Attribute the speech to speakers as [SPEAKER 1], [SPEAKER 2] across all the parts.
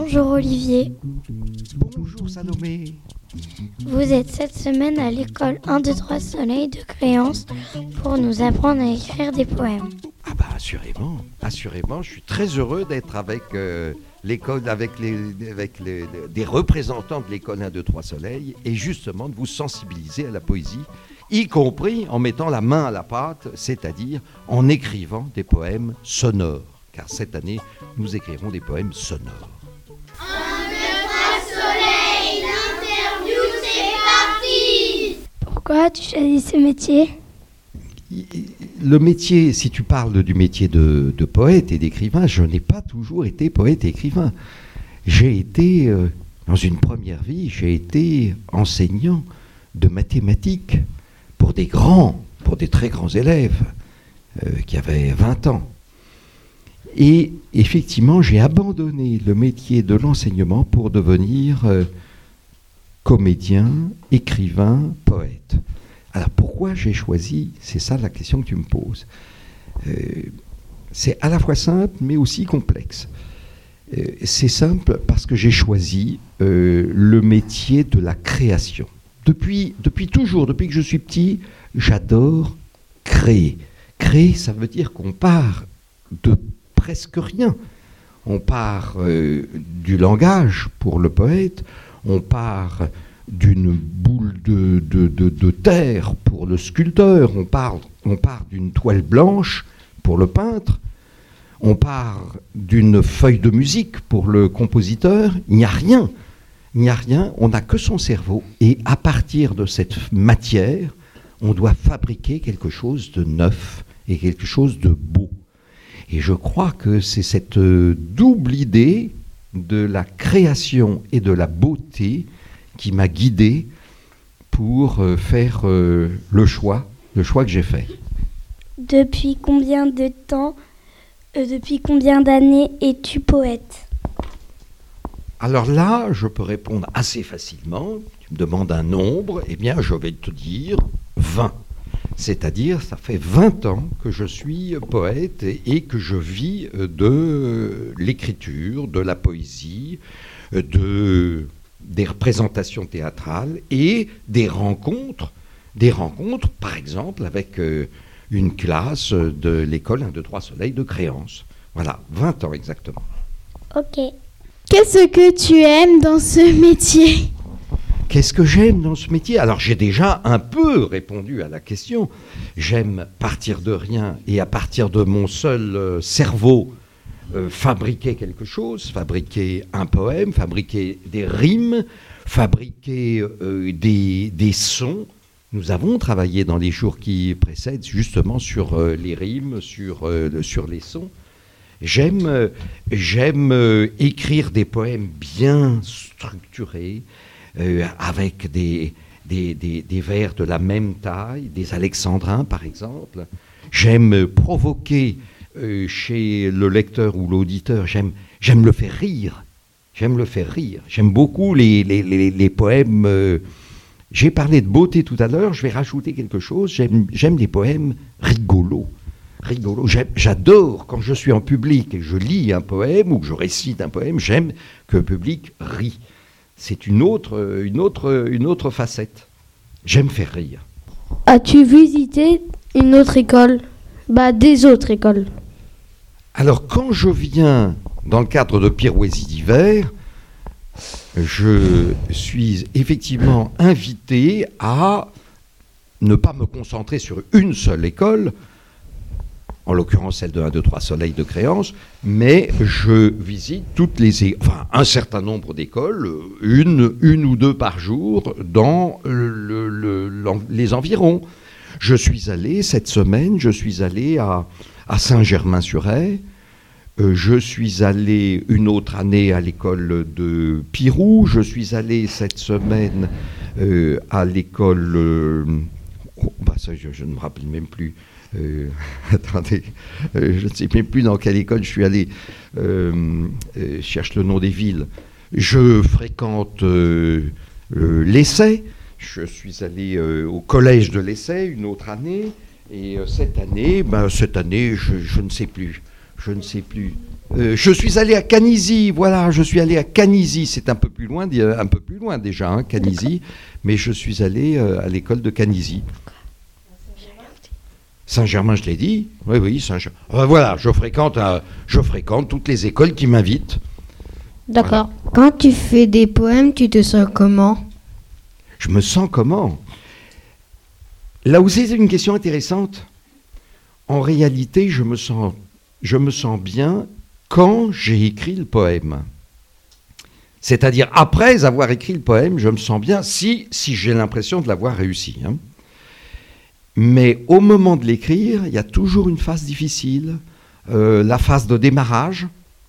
[SPEAKER 1] Bonjour Olivier.
[SPEAKER 2] Bonjour Salomé.
[SPEAKER 1] Vous êtes cette semaine à l'école 1, 2, 3 Soleil de Créance pour nous apprendre à écrire des poèmes.
[SPEAKER 2] Ah bah assurément, je suis très heureux d'être avec l'école, avec des représentants de l'école 1, 2, 3 Soleil et justement de vous sensibiliser à la poésie, y compris en mettant la main à la pâte, c'est-à-dire en écrivant des poèmes sonores. Car cette année, nous écrirons des poèmes sonores.
[SPEAKER 3] 1, 2, 3 Soleil, l'interview c'est parti.
[SPEAKER 1] Pourquoi as-tu choisi ce métier ?
[SPEAKER 2] Le métier, si tu parles du métier de poète et d'écrivain, je n'ai pas toujours été poète et écrivain. J'ai été, dans une première vie, j'ai été enseignant de mathématiques pour des très grands élèves qui avaient 20 ans. Et effectivement, j'ai abandonné le métier de l'enseignement pour devenir comédien, écrivain, poète. Alors pourquoi j'ai choisi, c'est ça la question que tu me poses. C'est à la fois simple mais aussi complexe. C'est simple parce que j'ai choisi le métier de la création. Depuis toujours, depuis que je suis petit, j'adore créer. Créer, ça veut dire qu'on part de presque rien. On part du langage pour le poète, on part d'une boule de terre pour le sculpteur, on part d'une toile blanche pour le peintre, on part d'une feuille de musique pour le compositeur. Il n'y a rien, on n'a que son cerveau. Et à partir de cette matière, on doit fabriquer quelque chose de neuf et quelque chose de beau. Et je crois que c'est cette double idée de la création et de la beauté qui m'a guidé pour faire le choix que j'ai fait.
[SPEAKER 1] Depuis combien d'années es-tu poète ?
[SPEAKER 2] Alors là, je peux répondre assez facilement. Tu me demandes un nombre, eh bien je vais te dire 20. C'est-à-dire, ça fait 20 ans que je suis poète et que je vis de l'écriture, de la poésie, des représentations théâtrales et des rencontres, par exemple, avec une classe de l'école 1, 2, 3 Soleil de Créance. Voilà, 20 ans exactement.
[SPEAKER 1] Ok. Qu'est-ce que tu aimes dans ce métier ?
[SPEAKER 2] Qu'est-ce que j'aime dans ce métier ? Alors j'ai déjà un peu répondu à la question. J'aime partir de rien et à partir de mon seul cerveau fabriquer quelque chose, fabriquer un poème, fabriquer des rimes, fabriquer des sons. Nous avons travaillé dans les jours qui précèdent justement sur les rimes, sur les sons. J'aime écrire des poèmes bien structurés, avec des vers de la même taille, des alexandrins par exemple. J'aime provoquer chez le lecteur ou l'auditeur, j'aime le faire rire. J'aime beaucoup les poèmes. J'ai parlé de beauté tout à l'heure, je vais rajouter quelque chose. J'aime les poèmes rigolos. J'adore quand je suis en public et je lis un poème ou que je récite un poème, j'aime que le public rit. C'est une autre facette. J'aime faire rire.
[SPEAKER 1] As-tu visité une autre école ? Des autres écoles.
[SPEAKER 2] Alors, quand je viens dans le cadre de Pirouésie d'hiver, je suis effectivement invité à ne pas me concentrer sur une seule école, en l'occurrence celle de 1, 2, 3 Soleil de Créance, mais je visite un certain nombre d'écoles, une ou deux par jour, dans les environs. Cette semaine, je suis allé à Saint-Germain-sur-Aie, je suis allé une autre année à l'école de Pirou, je suis allé cette semaine à l'école... je ne me rappelle même plus. Attendez, je ne sais même plus dans quelle école je suis allé. Je cherche le nom des villes. Je fréquente l'Essai. Je suis allé au collège de l'Essai une autre année. Et cette année, je ne sais plus. Je ne sais plus. Je suis allé à Canisy, voilà, je suis allé à Canisy. C'est un peu plus loin déjà, hein, Canisy. Mais je suis allé à l'école de Canisy. Saint-Germain, je l'ai dit. Oui, Saint-Germain. Voilà, je fréquente toutes les écoles qui m'invitent.
[SPEAKER 4] D'accord.
[SPEAKER 5] Voilà. Quand tu fais des poèmes, tu te sens comment ?
[SPEAKER 2] Je me sens comment ? Là aussi, c'est une question intéressante. En réalité, je me sens bien quand j'ai écrit le poème. C'est-à-dire, après avoir écrit le poème, je me sens bien si j'ai l'impression de l'avoir réussi. Hein. Mais au moment de l'écrire, il y a toujours une phase difficile, la phase de démarrage.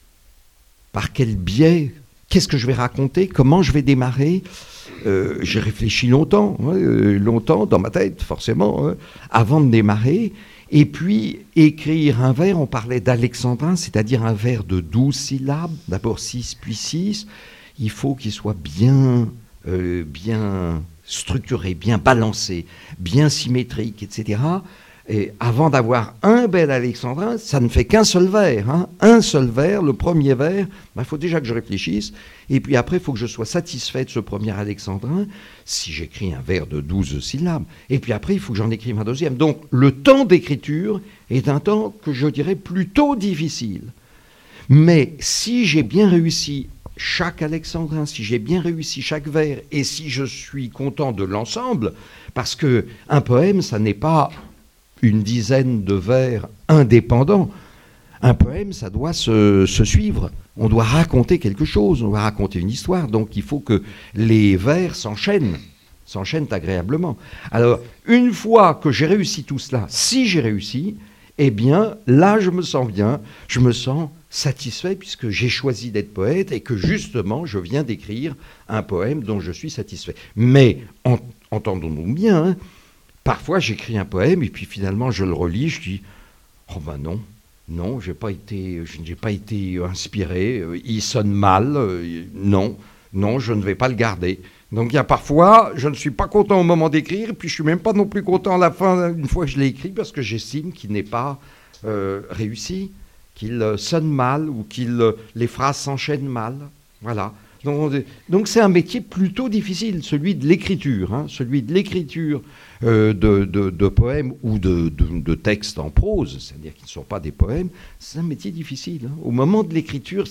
[SPEAKER 2] Par quel biais ? Qu'est-ce que je vais raconter ? Comment je vais démarrer ? J'ai réfléchi longtemps dans ma tête, forcément, avant de démarrer. Et puis, écrire un vers, on parlait d'alexandrin, c'est-à-dire un vers de 12 syllabes, d'abord 6, puis 6. Il faut qu'il soit bien structuré, bien balancé, bien symétrique, etc. Et avant d'avoir un bel alexandrin, ça ne fait qu'un seul vers. Hein. Un seul vers, le premier vers, il faut déjà que je réfléchisse. Et puis après, il faut que je sois satisfait de ce premier alexandrin, si j'écris un vers de 12 syllabes. Et puis après, il faut que j'en écrive un deuxième. Donc, le temps d'écriture est un temps que je dirais plutôt difficile. Mais si j'ai bien réussi chaque alexandrin, si j'ai bien réussi chaque vers, et si je suis content de l'ensemble, parce qu'un poème, ça n'est pas une dizaine de vers indépendants. Un poème, ça doit se suivre. On doit raconter quelque chose, on doit raconter une histoire. Donc il faut que les vers s'enchaînent agréablement. Alors, une fois que j'ai réussi tout cela, si j'ai réussi, eh bien, là, je me sens bien, je me sens satisfait puisque j'ai choisi d'être poète et que justement, je viens d'écrire un poème dont je suis satisfait. Mais, entendons-nous bien, hein, parfois, j'écris un poème et puis finalement, je le relis, je dis « Oh ben non, je n'ai pas été inspiré, il sonne mal, non, je ne vais pas le garder. » Donc il y a parfois, je ne suis pas content au moment d'écrire, puis je ne suis même pas non plus content à la fin, une fois que je l'ai écrit, parce que j'estime qu'il n'est pas réussi, qu'il sonne mal ou les phrases s'enchaînent mal. Voilà. Donc c'est un métier plutôt difficile, celui de l'écriture, hein, celui de l'écriture de poèmes ou de textes en prose, c'est-à-dire qui ne sont pas des poèmes, c'est un métier difficile. Hein. Au moment de l'écriture,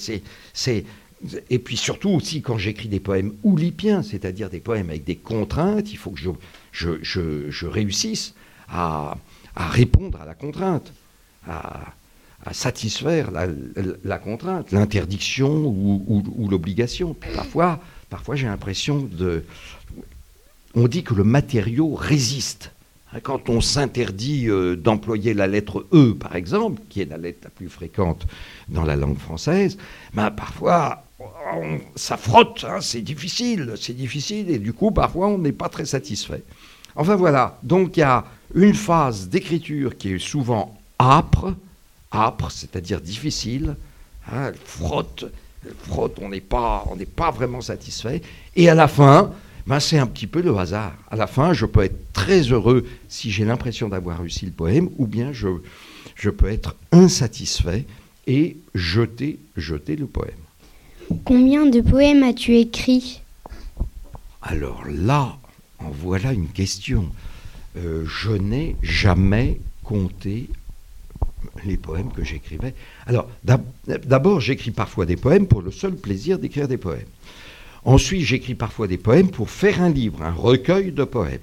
[SPEAKER 2] et puis surtout aussi quand j'écris des poèmes oulipiens, c'est-à-dire des poèmes avec des contraintes, il faut que je réussisse à répondre à la contrainte, à satisfaire la contrainte, l'interdiction ou l'obligation. Puis parfois j'ai l'impression on dit que le matériau résiste. Quand on s'interdit d'employer la lettre E, par exemple, qui est la lettre la plus fréquente dans la langue française, parfois ça frotte, hein, c'est difficile, et du coup parfois on n'est pas très satisfait. Enfin voilà, donc il y a une phase d'écriture qui est souvent âpre, c'est-à-dire difficile, hein, elle frotte, on n'est pas vraiment satisfait, et à la fin, c'est un petit peu le hasard. À la fin, je peux être très heureux si j'ai l'impression d'avoir réussi le poème, ou bien je peux être insatisfait et jeter le poème.
[SPEAKER 4] Combien de poèmes as-tu écrit ?
[SPEAKER 2] Alors là, en voilà une question. Je n'ai jamais compté les poèmes que j'écrivais. Alors, d'abord, j'écris parfois des poèmes pour le seul plaisir d'écrire des poèmes. Ensuite, j'écris parfois des poèmes pour faire un livre, un recueil de poèmes.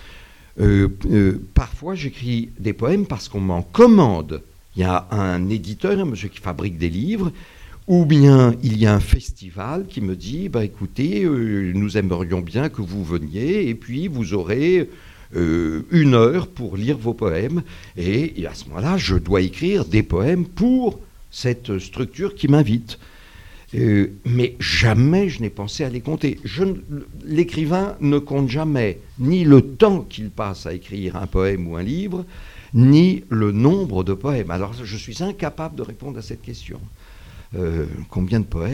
[SPEAKER 2] Parfois, j'écris des poèmes parce qu'on m'en commande. Il y a un éditeur, un monsieur qui fabrique des livres, ou bien il y a un festival qui me dit écoutez, nous aimerions bien que vous veniez, et puis vous aurez 1 heure pour lire vos poèmes. Et à ce moment-là, je dois écrire des poèmes pour cette structure qui m'invite. Mais jamais je n'ai pensé à les compter. L'écrivain ne compte jamais ni le temps qu'il passe à écrire un poème ou un livre, ni le nombre de poèmes. Alors je suis incapable de répondre à cette question. Combien de poèmes ?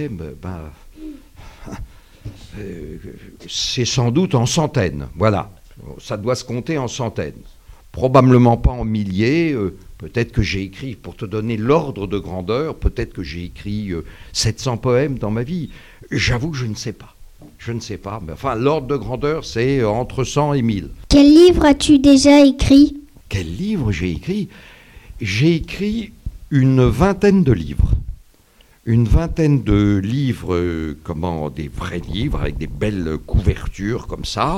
[SPEAKER 2] C'est sans doute en centaines. Voilà, ça doit se compter en centaines. probablement pas en milliers. Peut-être que j'ai écrit, pour te donner l'ordre de grandeur, peut-être que j'ai écrit 700 poèmes dans ma vie. J'avoue que je ne sais pas. Je ne sais pas. Mais enfin, l'ordre de grandeur, c'est entre 100 et 1000.
[SPEAKER 4] Quel livre as-tu déjà écrit?
[SPEAKER 2] Quel livre j'ai écrit? J'ai écrit une vingtaine de livres. Une vingtaine de livres, des vrais livres, avec des belles couvertures comme ça,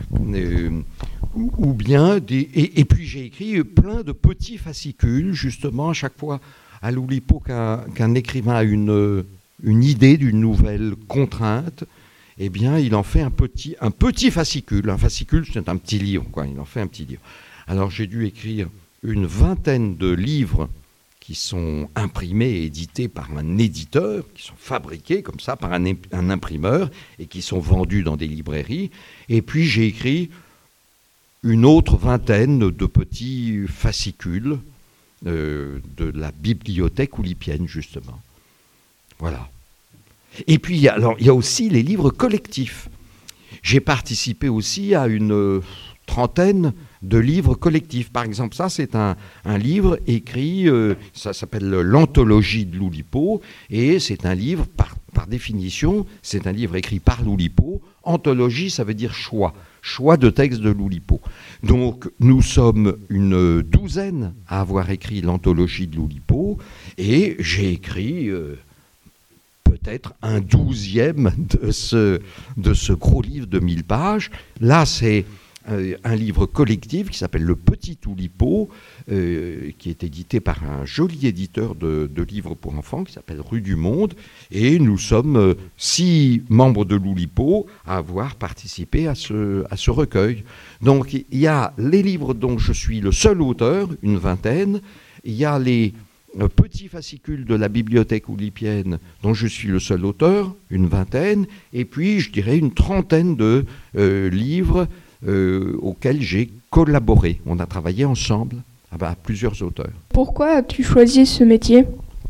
[SPEAKER 2] ou bien et puis j'ai écrit plein de petits fascicules, justement, à chaque fois à l'Oulipo qu'un écrivain a une idée d'une nouvelle contrainte, eh bien, il en fait un petit fascicule. Un fascicule, c'est un petit livre, quoi. Il en fait un petit livre. Alors, j'ai dû écrire une vingtaine de livres qui sont imprimés et édités par un éditeur, qui sont fabriqués comme ça par un imprimeur et qui sont vendus dans des librairies. Et puis j'ai écrit une autre vingtaine de petits fascicules de la bibliothèque oulipienne, justement. Voilà. Et puis, il y a aussi les livres collectifs. J'ai participé aussi à une trentaine de livres collectifs. Par exemple, ça, c'est un livre écrit, ça s'appelle l'Anthologie de l'Oulipo, et c'est un livre, par définition, c'est un livre écrit par l'Oulipo. Anthologie, ça veut dire choix de textes de l'Oulipo. Donc, nous sommes une douzaine à avoir écrit l'Anthologie de l'Oulipo, et j'ai écrit peut-être un 12e de ce gros livre de 1000 pages. Là, c'est un livre collectif qui s'appelle Le Petit Oulipo, qui est édité par un joli éditeur de livres pour enfants qui s'appelle Rue du Monde. Et nous sommes 6 membres de l'Oulipo à avoir participé à ce recueil. Donc il y a les livres dont je suis le seul auteur, une vingtaine. Il y a les petits fascicules de la bibliothèque oulipienne dont je suis le seul auteur, une vingtaine. Et puis je dirais une trentaine de livres auxquels j'ai collaboré. On a travaillé ensemble à plusieurs auteurs.
[SPEAKER 6] Pourquoi as-tu choisi ce métier?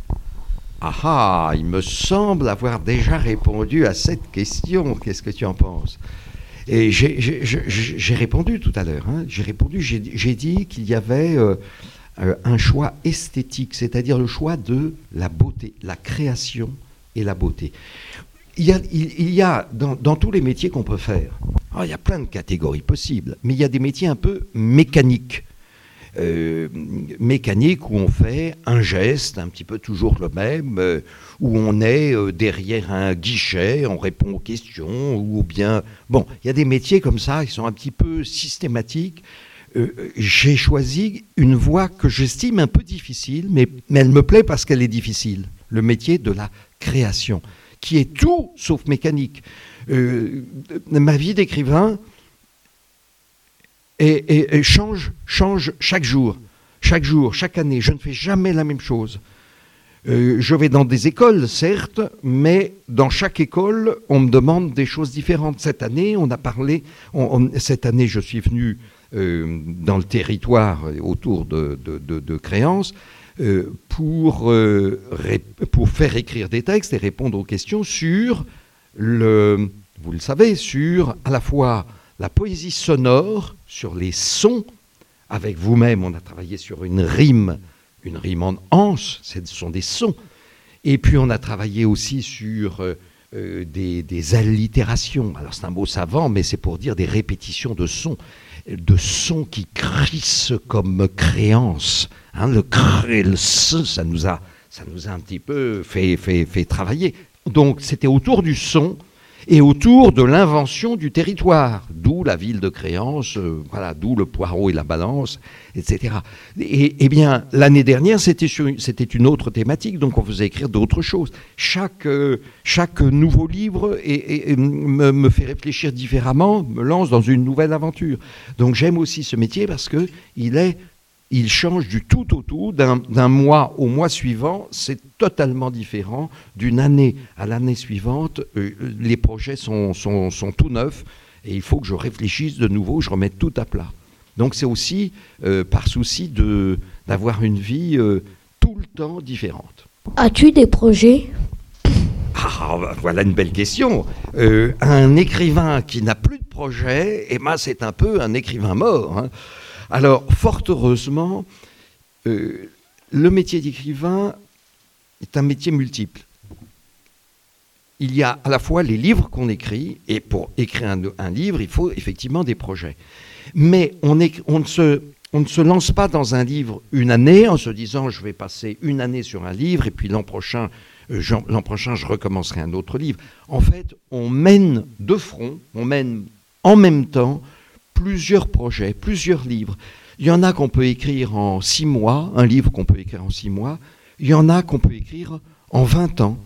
[SPEAKER 2] Il me semble avoir déjà répondu à cette question. Qu'est-ce que tu en penses? Et j'ai répondu tout à l'heure. J'ai dit qu'il y avait un choix esthétique, c'est-à-dire le choix de la beauté, la création et la beauté. Il y a dans tous les métiers qu'on peut faire, il y a plein de catégories possibles, mais il y a des métiers un peu mécaniques. Mécanique où on fait un geste, un petit peu toujours le même, où on est derrière un guichet, on répond aux questions, ou bien... Bon, il y a des métiers comme ça qui sont un petit peu systématiques. J'ai choisi une voie que j'estime un peu difficile, mais elle me plaît parce qu'elle est difficile. Le métier de la création, qui est tout sauf mécanique. Ma vie d'écrivain change chaque jour, chaque année. Je ne fais jamais la même chose. Je vais dans des écoles, certes, mais dans chaque école, on me demande des choses différentes. Cette année, on a parlé... cette année, je suis venu dans le territoire autour de Créance pour faire écrire des textes et répondre aux questions sur vous le savez, sur à la fois la poésie sonore, sur les sons. Avec vous-même, on a travaillé sur une rime en anse, ce sont des sons. Et puis on a travaillé aussi sur des allitérations. Alors c'est un mot savant, mais c'est pour dire des répétitions de sons qui crissent comme créance. Le cr et le s, ça nous a un petit peu fait travailler. Donc c'était autour du son et autour de l'invention du territoire, d'où la ville de Créance, d'où le poireau et la balance, etc. Et bien, l'année dernière, c'était une autre thématique, donc on faisait écrire d'autres choses. Chaque nouveau livre me fait réfléchir différemment, me lance dans une nouvelle aventure. Donc j'aime aussi ce métier parce qu'il change du tout au tout, d'un mois au mois suivant, c'est totalement différent. D'une année à l'année suivante, les projets sont tout neufs et il faut que je réfléchisse de nouveau, je remette tout à plat. Donc c'est aussi par souci d'avoir une vie tout le temps différente.
[SPEAKER 4] As-tu des projets?
[SPEAKER 2] Voilà une belle question. Un écrivain qui n'a plus de projet, c'est un peu un écrivain mort. Alors, fort heureusement, le métier d'écrivain est un métier multiple. Il y a à la fois les livres qu'on écrit, et pour écrire un livre, il faut effectivement des projets. Mais on ne se lance pas dans un livre une année en se disant je vais passer une année sur un livre et puis l'an prochain je recommencerai un autre livre. En fait, on mène de front, on mène en même temps plusieurs projets, plusieurs livres. Il y en a qu'on peut écrire en 6 mois, un livre qu'on peut écrire en 6 mois. Il y en a qu'on peut écrire en 20 ans.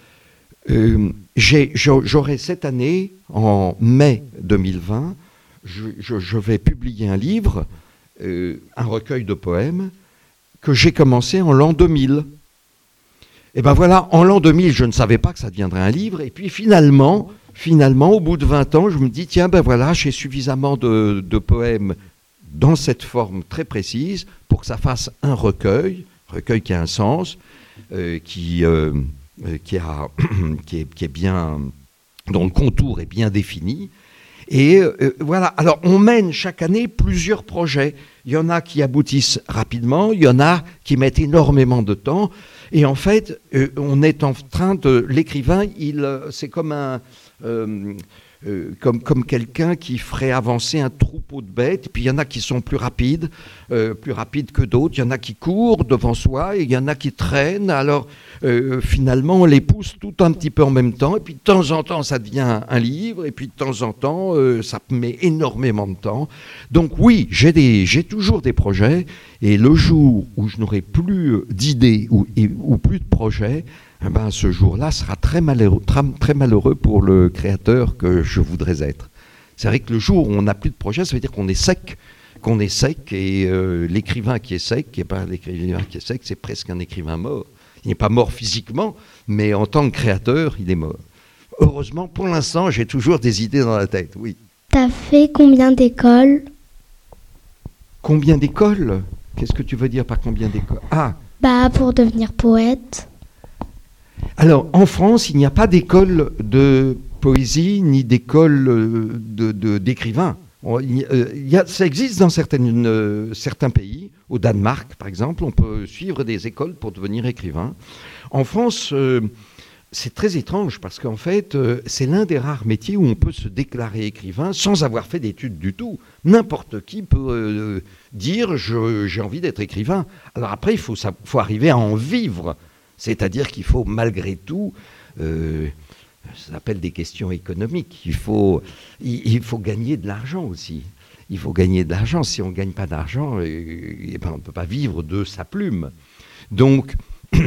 [SPEAKER 2] J'aurai cette année, en mai 2020, je vais publier un livre, un recueil de poèmes, que j'ai commencé en l'an 2000. Et ben voilà, en l'an 2000, je ne savais pas que ça deviendrait un livre, et puis finalement, au bout de 20 ans, je me dis, tiens, ben voilà, j'ai suffisamment de poèmes dans cette forme très précise pour que ça fasse un recueil qui a un sens, qui est bien, dont le contour est bien défini. Et voilà, alors on mène chaque année plusieurs projets. Il y en a qui aboutissent rapidement, il y en a qui mettent énormément de temps. Et en fait, on est en train de... L'écrivain, c'est comme comme quelqu'un qui ferait avancer un troupeau de bêtes. Et puis il y en a qui sont plus rapides que d'autres. Il y en a qui courent devant soi et il y en a qui traînent. Alors finalement, on les pousse tout un petit peu en même temps. Et puis de temps en temps, ça devient un livre. Et puis de temps en temps, ça met énormément de temps. Donc oui, j'ai toujours des projets. Et le jour où je n'aurai plus d'idées ou plus de projets, ben, ce jour-là sera très malheureux pour le créateur que je voudrais être. C'est vrai que le jour où on n'a plus de projet, ça veut dire qu'on est sec. Et l'écrivain qui est sec, c'est presque un écrivain mort. Il n'est pas mort physiquement, mais en tant que créateur, il est mort. Heureusement, pour l'instant, j'ai toujours des idées dans la tête, oui.
[SPEAKER 4] T'as fait combien d'écoles ?
[SPEAKER 2] Combien d'écoles ? Qu'est-ce que tu veux dire par combien d'écoles ?
[SPEAKER 4] Pour devenir poète.
[SPEAKER 2] Alors, en France, il n'y a pas d'école de poésie ni d'école d'écrivain. Ça existe dans certains pays. Au Danemark, par exemple, on peut suivre des écoles pour devenir écrivain. En France, c'est très étrange parce qu'en fait, c'est l'un des rares métiers où on peut se déclarer écrivain sans avoir fait d'études du tout. N'importe qui peut dire « j'ai envie d'être écrivain ». Alors après, il faut arriver à en vivre. C'est-à-dire qu'il faut malgré tout, ça s'appelle des questions économiques, il faut gagner de l'argent aussi. Il faut gagner de l'argent. Si on ne gagne pas d'argent, on ne peut pas vivre de sa plume. Donc,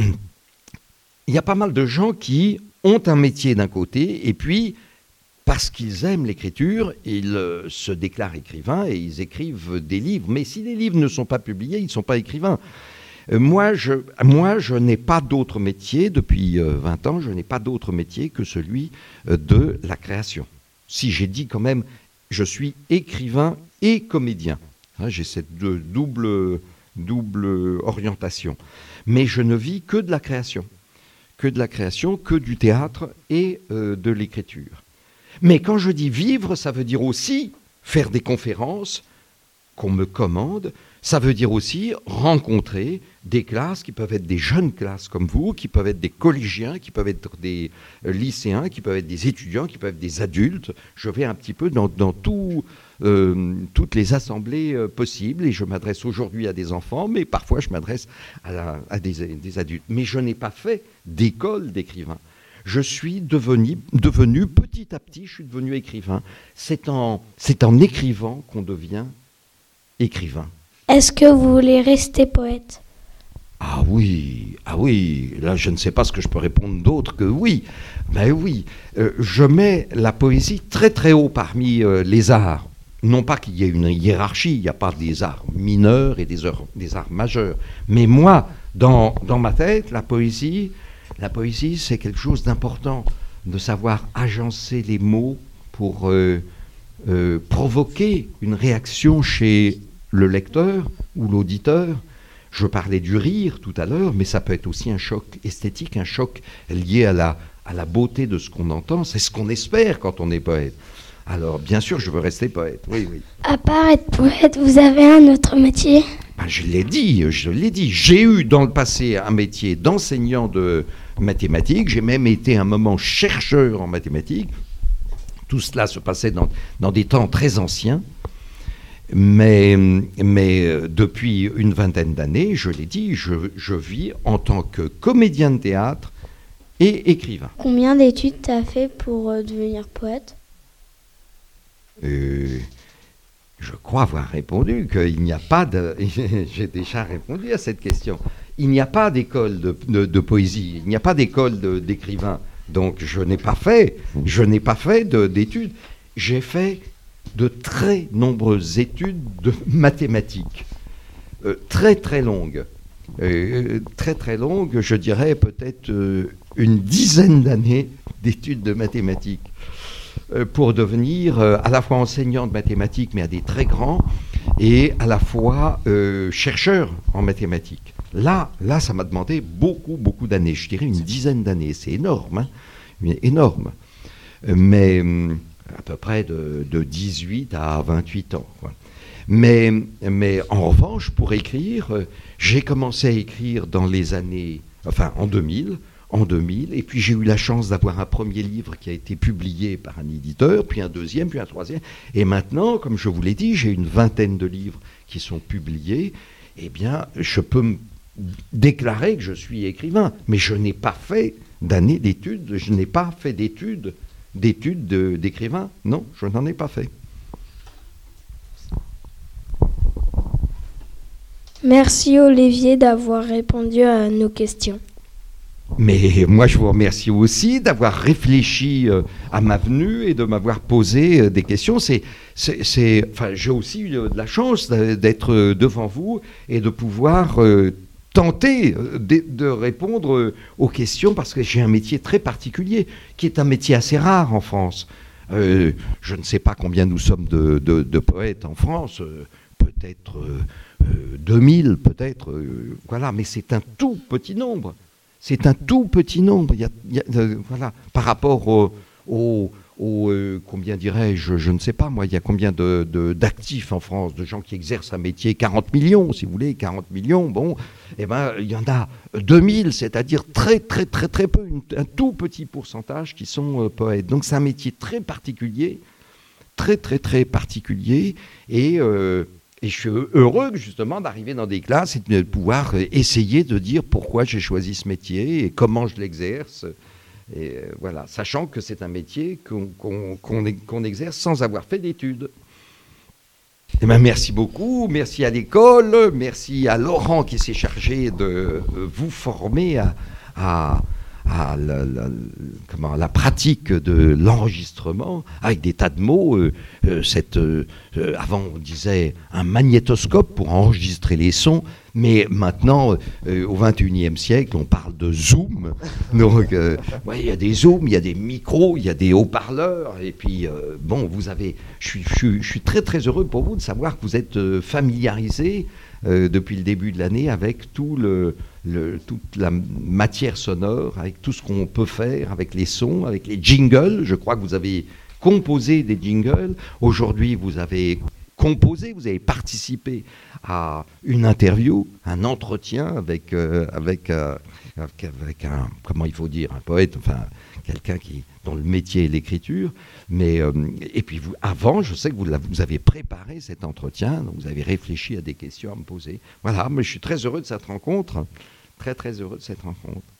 [SPEAKER 2] il y a pas mal de gens qui ont un métier d'un côté, et puis, parce qu'ils aiment l'écriture, ils se déclarent écrivains et ils écrivent des livres. Mais si les livres ne sont pas publiés, ils ne sont pas écrivains. Moi, je n'ai pas d'autre métier, depuis 20 ans, je n'ai pas d'autre métier que celui de la création. Si j'ai dit quand même, je suis écrivain et comédien. J'ai cette double orientation. Mais je ne vis que de la création. Que du théâtre et de l'écriture. Mais quand je dis vivre, ça veut dire aussi faire des conférences qu'on me commande. Ça veut dire aussi rencontrer des classes qui peuvent être des jeunes classes comme vous, qui peuvent être des collégiens, qui peuvent être des lycéens, qui peuvent être des étudiants, qui peuvent être des adultes. Je vais un petit peu dans toutes les assemblées possibles et je m'adresse aujourd'hui à des enfants, mais parfois je m'adresse à des adultes. Mais je n'ai pas fait d'école d'écrivain. Je suis devenu petit à petit, je suis devenu écrivain. C'est en écrivant qu'on devient écrivain.
[SPEAKER 1] Est-ce que vous voulez rester poète ?
[SPEAKER 2] Ah oui, là je ne sais pas ce que je peux répondre d'autre que oui. Ben oui, je mets la poésie très très haut parmi les arts. Non pas qu'il y ait une hiérarchie, il n'y a pas des arts mineurs et des arts majeurs. Mais moi, dans ma tête, la poésie c'est quelque chose d'important, de savoir agencer les mots pour provoquer une réaction chez le lecteur ou l'auditeur. Je parlais du rire tout à l'heure, mais ça peut être aussi un choc esthétique, un choc lié à la beauté de ce qu'on entend. C'est ce qu'on espère quand on est poète. Alors, bien sûr, je veux rester poète, oui.
[SPEAKER 1] À part être poète, vous avez un autre métier?
[SPEAKER 2] Je l'ai dit. J'ai eu dans le passé un métier d'enseignant de mathématiques. J'ai même été un moment chercheur en mathématiques. Tout cela se passait dans des temps très anciens. Mais depuis une vingtaine d'années, je l'ai dit, je vis en tant que comédien de théâtre et écrivain.
[SPEAKER 4] Combien d'études t'as fait pour devenir poète?
[SPEAKER 2] Je crois avoir répondu qu'il n'y a pas de... J'ai déjà répondu à cette question. Il n'y a pas d'école de poésie, il n'y a pas d'école d'écrivain. Donc je n'ai pas fait d'études. J'ai fait de très nombreuses études de mathématiques, très très longues. Très longues, je dirais peut-être une dizaine d'années d'études de mathématiques. Pour devenir à la fois enseignant de mathématiques, mais à des très grands, et à la fois chercheur en mathématiques. Là, ça m'a demandé beaucoup d'années, je dirais une dizaine d'années. C'est énorme, hein, énorme. Mais à peu près de 18 à 28 ans. Quoi. Mais en revanche, pour écrire, j'ai commencé à écrire dans les années, en 2000, et puis j'ai eu la chance d'avoir un premier livre qui a été publié par un éditeur, puis un deuxième, puis un troisième. Et maintenant, comme je vous l'ai dit, j'ai une vingtaine de livres qui sont publiés. Eh bien, je peux me déclarer que je suis écrivain, mais je n'ai pas fait d'années d'études, je n'ai pas fait d'études d'écrivain. Non, je n'en ai pas fait.
[SPEAKER 6] Merci Olivier d'avoir répondu à nos questions.
[SPEAKER 2] Mais moi, je vous remercie aussi d'avoir réfléchi à ma venue et de m'avoir posé des questions. J'ai aussi eu de la chance d'être devant vous et de pouvoir tenter de répondre aux questions, parce que j'ai un métier très particulier, qui est un métier assez rare en France. Je ne sais pas combien nous sommes de poètes en France, peut-être 2000, peut-être, voilà, mais c'est un tout petit nombre. C'est un tout petit nombre. Voilà, par rapport au combien dirais-je, je ne sais pas, moi, il y a combien d'actifs en France, de gens qui exercent un métier, 40 millions, si vous voulez, 40 millions, bon, eh ben, il y en a 2000, c'est-à-dire très peu, un tout petit pourcentage qui sont poètes. Donc c'est un métier très particulier, très particulier, et je suis heureux justement d'arriver dans des classes et de pouvoir essayer de dire pourquoi j'ai choisi ce métier et comment je l'exerce. Et voilà, sachant que c'est un métier qu'on exerce sans avoir fait d'études. Eh bien, merci beaucoup, merci à l'école, merci à Laurent qui s'est chargé de vous former à la pratique de l'enregistrement avec des tas de mots. Avant, on disait un magnétoscope pour enregistrer les sons, mais maintenant, au XXIe siècle, on parle de zoom. Donc, il y a des zooms, il y a des micros, il y a des haut-parleurs, et puis, je suis très heureux pour vous de savoir que vous êtes familiarisés depuis le début de l'année avec toute la matière sonore, avec tout ce qu'on peut faire, avec les sons, avec les jingles. Je crois que vous avez composé des jingles. Aujourd'hui, vous avez composé, vous avez participé à une interview, un entretien avec un, comment il faut dire, un poète, quelqu'un dont le métier est l'écriture. Mais, et puis vous, avant, je sais que vous avez préparé cet entretien, donc vous avez réfléchi à des questions à me poser. Voilà, mais je suis très heureux de cette rencontre, très heureux de cette rencontre.